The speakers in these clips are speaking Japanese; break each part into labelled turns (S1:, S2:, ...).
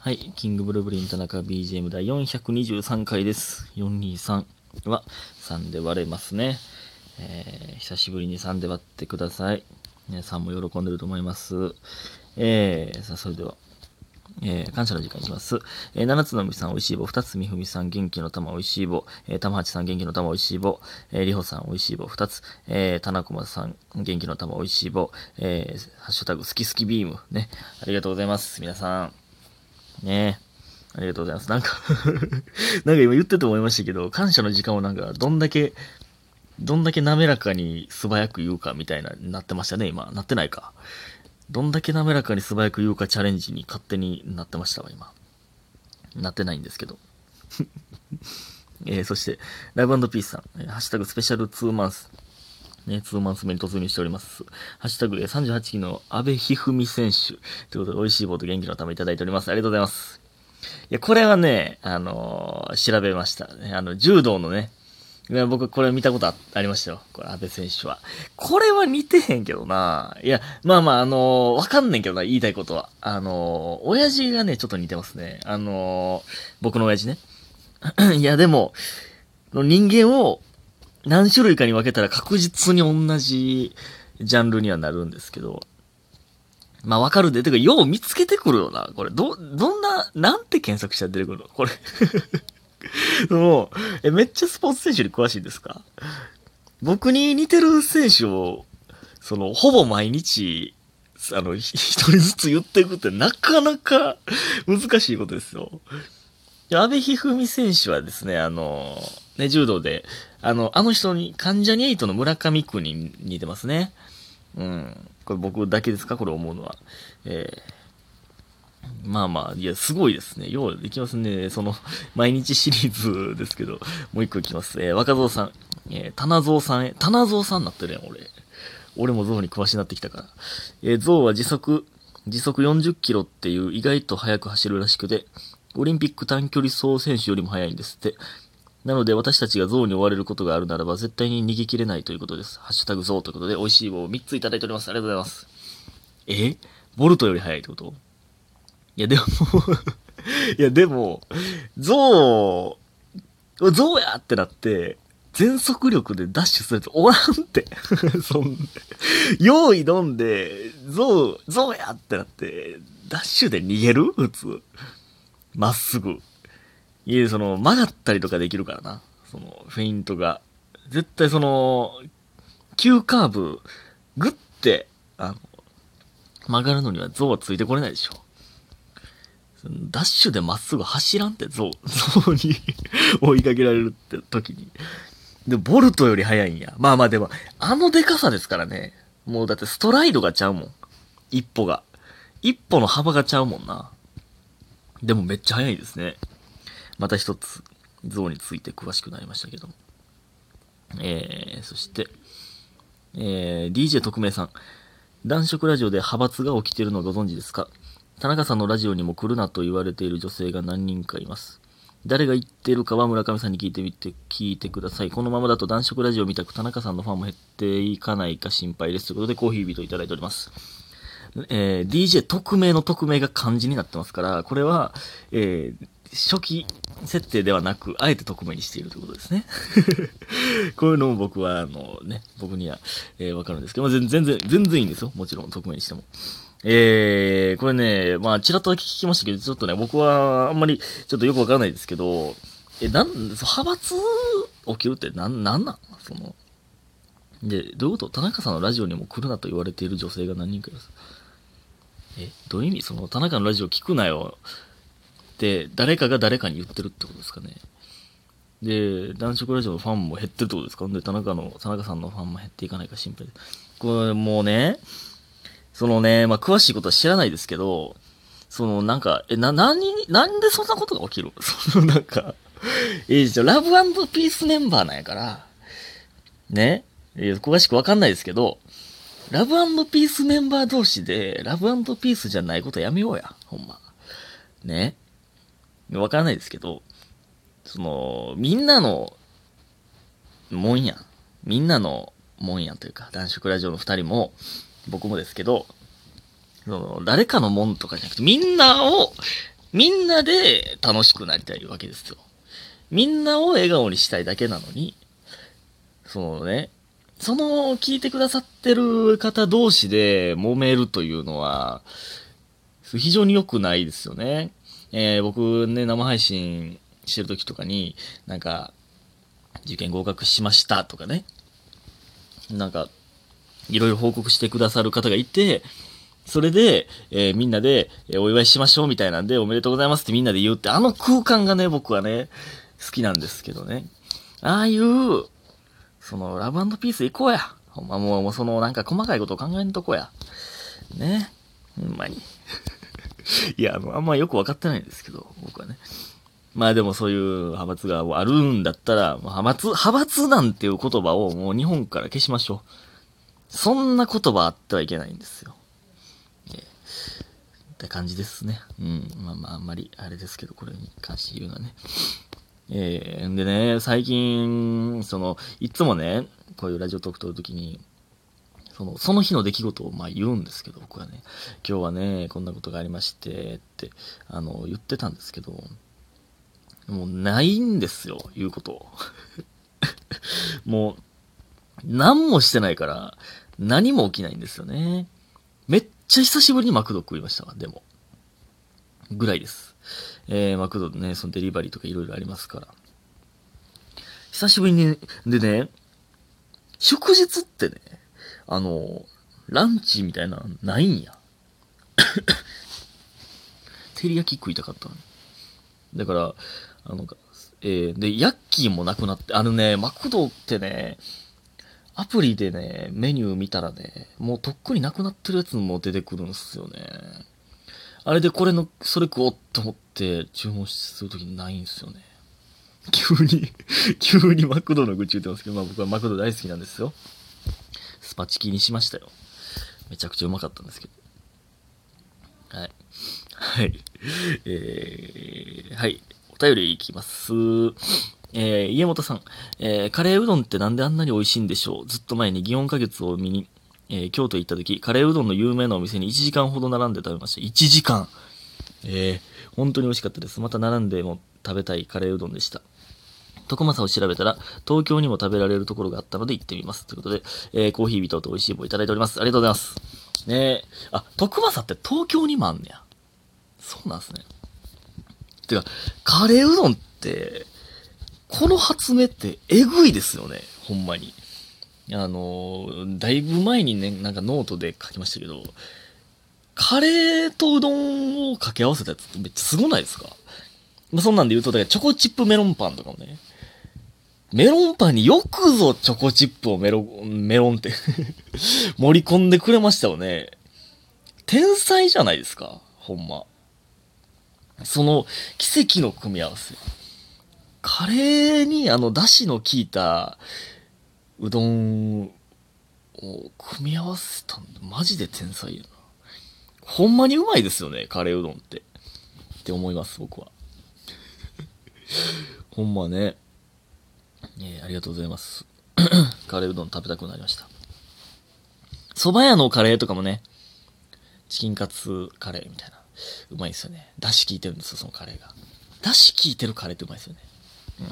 S1: はい、キングブルーブリン田中 BGM 第423回です。423は3で割れますね。久しぶりに3で割ってください。3も喜んでると思います。さあ、それでは、感謝の時間いきます。7つのみさん、おいしい棒。2つみふみさん、元気の玉、おいしい棒。玉八さん、元気の玉、おいしい棒。りほさん、おいしい棒。2つ。田中駒さん、元気の玉、おいしい棒。ハッシュタグ、好き好きビーム。ね。ありがとうございます。皆さん。ねありがとうございます。なんかなんか今言ってて思いましたけど、感謝の時間をなんか、どんだけ滑らかに素早く言うかみたいな、なってましたね、今。なってないか。どんだけ滑らかに素早く言うかチャレンジに勝手になってましたわ、今。なってないんですけど。そして、ラブピースさん、ハッシュタグスペシャル2マンス。ね、2マンス目に突入しております。ハッシュタグ38期の安部一二三選手。ということで、美味しい棒と元気のためいただいております。ありがとうございます。いや、これはね、調べましたね。柔道のね、いや僕これ見たことありましたよ。これ、安倍選手は。これは似てへんけどな。いや、まあまあ、わかんねんけどな、言いたいことは。親父がね、ちょっと似てますね。僕の親父ね。いや、でも、人間を何種類かに分けたら確実に同じジャンルにはなるんですけど、まあわかるで。てか、よう見つけてくるよな。これ、どんな、なんて検索したら出てくるのこれもう、めっちゃスポーツ選手に詳しいんですか？僕に似てる選手を、ほぼ毎日、一人ずつ言っていくってなかなか難しいことですよ。阿部一二三選手はですね、ね、柔道で、あの人に、関ジャニ∞の村上くんに似てますね。うん。これ僕だけですかこれ思うのは。まあまあ、いや、すごいですね。ようできますね。毎日シリーズですけど、もう一個いきます。若造さん、棚蔵さん棚蔵さんになってるやん、俺。俺も象に詳しになってきたから。象は時速40キロっていう意外と速く走るらしくて、オリンピック短距離走選手よりも速いんですって。なので私たちが象に追われることがあるならば絶対に逃げ切れないということです。ハッシュタグ象ということで美味しい棒を3ついただいております。ありがとうございます。ボルトより速いってこと？いやでもいやでも、象やってなって、全速力でダッシュするやつおらんって。用意飲んで、象やってなって、ダッシュで逃げる普通。まっすぐ。いえ、曲がったりとかできるからな。フェイントが。絶対急カーブ、グッて、曲がるのには象はついてこれないでしょ。ダッシュでまっすぐ走らんって、象に追いかけられるって時に。で、ボルトより速いんや。まあまあでも、デカさですからね。もうだってストライドがちゃうもん。一歩が。一歩の幅がちゃうもんな。でもめっちゃ速いですね。また一つ、象について詳しくなりましたけども。そして、DJ 特命さん。男色ラジオで派閥が起きてるのをご存知ですか？田中さんのラジオにも来るなと言われている女性が何人かいます。誰が言っているかは村上さんに聞いてください。このままだと男色ラジオみたく田中さんのファンも減っていかないか心配です。ということでコーヒービートいただいております。DJ 匿名の匿名が漢字になってますから、これは、初期設定ではなく、あえて匿名にしているということですね。こういうのも僕は、僕には、わかるんですけど、全然いいんですよ。もちろん匿名にしても。これね、まあ、ちらっとだけ聞きましたけど、ちょっとね、僕はあんまり、ちょっとよくわからないですけど、派閥起きるってなんなんで、どういうこと？田中さんのラジオにも来るなと言われている女性が何人かいます。どういう意味？田中のラジオ聞くなよって、誰かが誰かに言ってるってことですかね。で、男色ラジオのファンも減ってるってことですか？で、田中さんのファンも減っていかないか心配です。これもうね、まあ、詳しいことは知らないですけど、なんか、なんでそんなことが起きる？なんか、ラブピースメンバーなんやから、ね、詳しくわかんないですけど、ラブピースメンバー同士で、ラブピースじゃないことやめようや、ほんま。ね。わからないですけど、みんなのもんやん。みんなのもんやんというか、男色ラジオの二人も、僕もですけど、誰かのもんとかじゃなくて、みんなをみんなで楽しくなりたいわけですよ。みんなを笑顔にしたいだけなのに、そのね、その聞いてくださってる方同士で揉めるというのは、非常に良くないですよね。僕ね、生配信してる時とかに、なんか、受験合格しましたとかね、なんか、いろいろ報告してくださる方がいて、それで、みんなで、お祝いしましょうみたいなんで、おめでとうございますってみんなで言うって、あの空間がね、僕はね、好きなんですけどね。ああいう、その、ラブ&ピース行こうや。ほんまもう、その、なんか細かいことを考えんとこや。ね。ほんまに。いや、あんまよくわかってないんですけど、僕はね。まあでもそういう派閥があるんだったら、派閥なんていう言葉をもう日本から消しましょう。そんな言葉あってはいけないんですよ。って感じですね。うん。あんまりあれですけど、これに関して言うのはね。でね、最近、いつもね、こういうラジオトーク撮るときに、その日の出来事を言うんですけど、僕はね、今日はね、こんなことがありまして、って、言ってたんですけど、もうないんですよ、言うことを。もう、何もしてないから、何も起きないんですよね。めっちゃ久しぶりにマクド食いましたわ、でも。ぐらいです。マクドね、そのデリバリーとかいろいろありますから。久しぶりに、でね、祝日ってね、ランチみたいなのないんや。照り焼き食いたかったのに。だから、で、ヤッキーもなくなって、マクドってね、アプリでね、メニュー見たらね、もうとっくになくなってるやつも出てくるんですよね。あれでそれ食おうと思って注文するときないんですよね。急にマクドの愚痴言ってますけど、僕はマクド大好きなんですよ。スパチキにしましたよ。めちゃくちゃうまかったんですけど。はい。はい。はい。お便りいきます。家元さん、カレーうどんってなんであんなに美味しいんでしょう。ずっと前に祇園花月を見に、京都行った時、カレーうどんの有名なお店に1時間ほど並んで食べました。1時間。本当に美味しかったです。また並んでも食べたいカレーうどんでした。徳政を調べたら、東京にも食べられるところがあったので行ってみます。ということで、コーヒービトと美味しい棒いただいております。ありがとうございます。ね徳政って東京にもあんねや。そうなんですね。てか、カレーうどんって、この発明ってえぐいですよね。ほんまに。だいぶ前にね、なんかノートで書きましたけど、カレーとうどんを掛け合わせたやつってめっちゃすごないですか？そんなんで言うと、だからチョコチップメロンパンとかもね、メロンパンによくぞチョコチップをメロンって盛り込んでくれましたよね。天才じゃないですか、ほんま。その奇跡の組み合わせ。カレーに出汁の効いたうどんを組み合わせたんだ。マジで天才やな。ほんまにうまいですよね、カレーうどんって。って思います、僕は。ほんまね。ありがとうございます。カレーうどん食べたくなりました。蕎麦屋のカレーとかもね、チキンカツカレーみたいな。うまいですよね。だし効いてるんですよ、そのカレーが。だし効いてるカレーってうまいですよね。うん。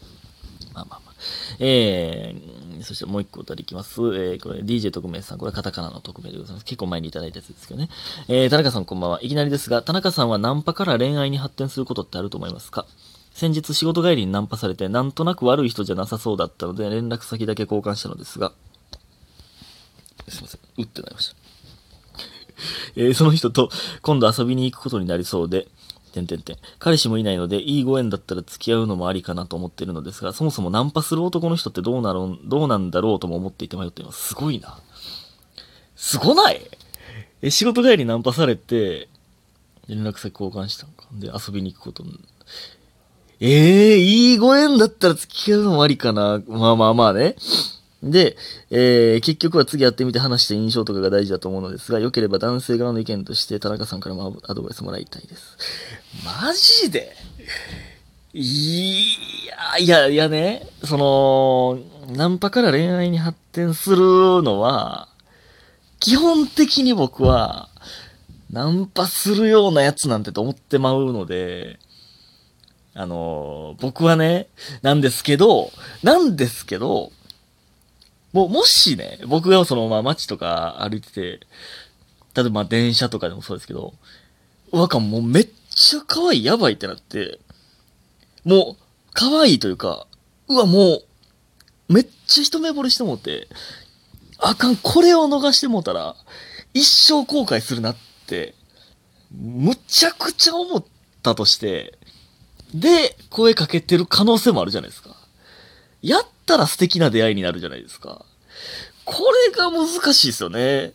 S1: そしてもう一個おたりいきます。これ DJ 特命さん。これカタカナの特命でございます。結構前にいただいたやつですけどね。田中さんこんばんは。いきなりですが、田中さんはナンパから恋愛に発展することってあると思いますか？先日仕事帰りにナンパされて、なんとなく悪い人じゃなさそうだったので、連絡先だけ交換したのですが、すいません。うってなりました。その人と今度遊びに行くことになりそうで、彼氏もいないので、いいご縁だったら付き合うのもありかなと思っているのですが、そもそもナンパする男の人ってどうなんだろうとも思っていて迷っています。すごいな。すごない？仕事帰りナンパされて、連絡先交換したのか。で、遊びに行くことに。いいご縁だったら付き合うのもありかな。まあね。で、結局は次やってみて話して印象とかが大事だと思うのですが、良ければ男性側の意見として田中さんからもアドバイスもらいたいです。マジで？いやね、ナンパから恋愛に発展するのは、基本的に僕は、 ナンパするようなやつなんてと思ってまうので、僕はね、なんですけど、もしね、僕が街とか歩いてて、例えば電車とかでもそうですけど、もうめっちゃ可愛い、やばいってなって、もう、可愛いというか、もう、めっちゃ一目惚れしてもうて、あかん、これを逃してもうたら、一生後悔するなって、むちゃくちゃ思ったとして、で、声かけてる可能性もあるじゃないですか。やったら素敵な出会いになるじゃないですか。これが難しいですよね。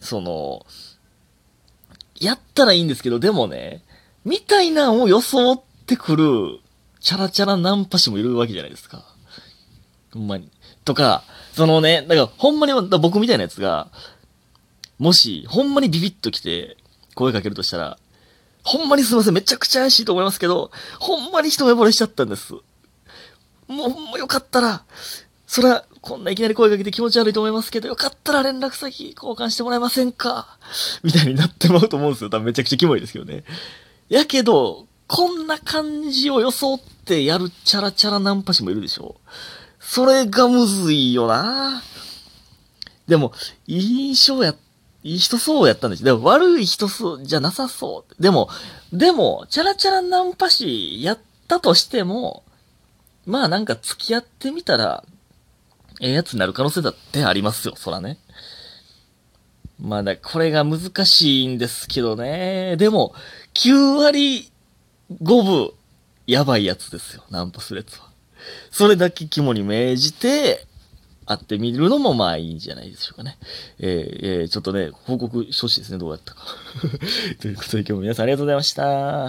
S1: やったらいいんですけど、でもね、みたいなんを装ってくる、チャラチャラナンパ師もいるわけじゃないですか。ほんまに。とか、だからほんまに僕みたいなやつが、もし、ほんまにビビッと来て、声かけるとしたら、ほんまにすいません、めちゃくちゃ怪しいと思いますけど、ほんまに一目惚れしちゃったんです。もうほんまよかったら、それは、こんないきなり声かけて気持ち悪いと思いますけど、よかったら連絡先交換してもらえませんかみたいになってまうと思うんですよ。多分めちゃくちゃキモいですけどね。やけど、こんな感じを装ってやるチャラチャラナンパ師もいるでしょ。それがむずいよな。でも、いい人そうやったんです。でも悪い人そうじゃなさそう。でも、チャラチャラナンパ師やったとしても、まあなんか付き合ってみたら、ええやつになる可能性だってありますよ、そらね。まあこれが難しいんですけどね。でも、9割5分、やばいやつですよ、ナンパするやつは。それだけ肝に銘じて、会ってみるのもまあいいんじゃないでしょうかね。ちょっとね、報告してほしいですね、どうやったか。ということで今日も皆さんありがとうございました。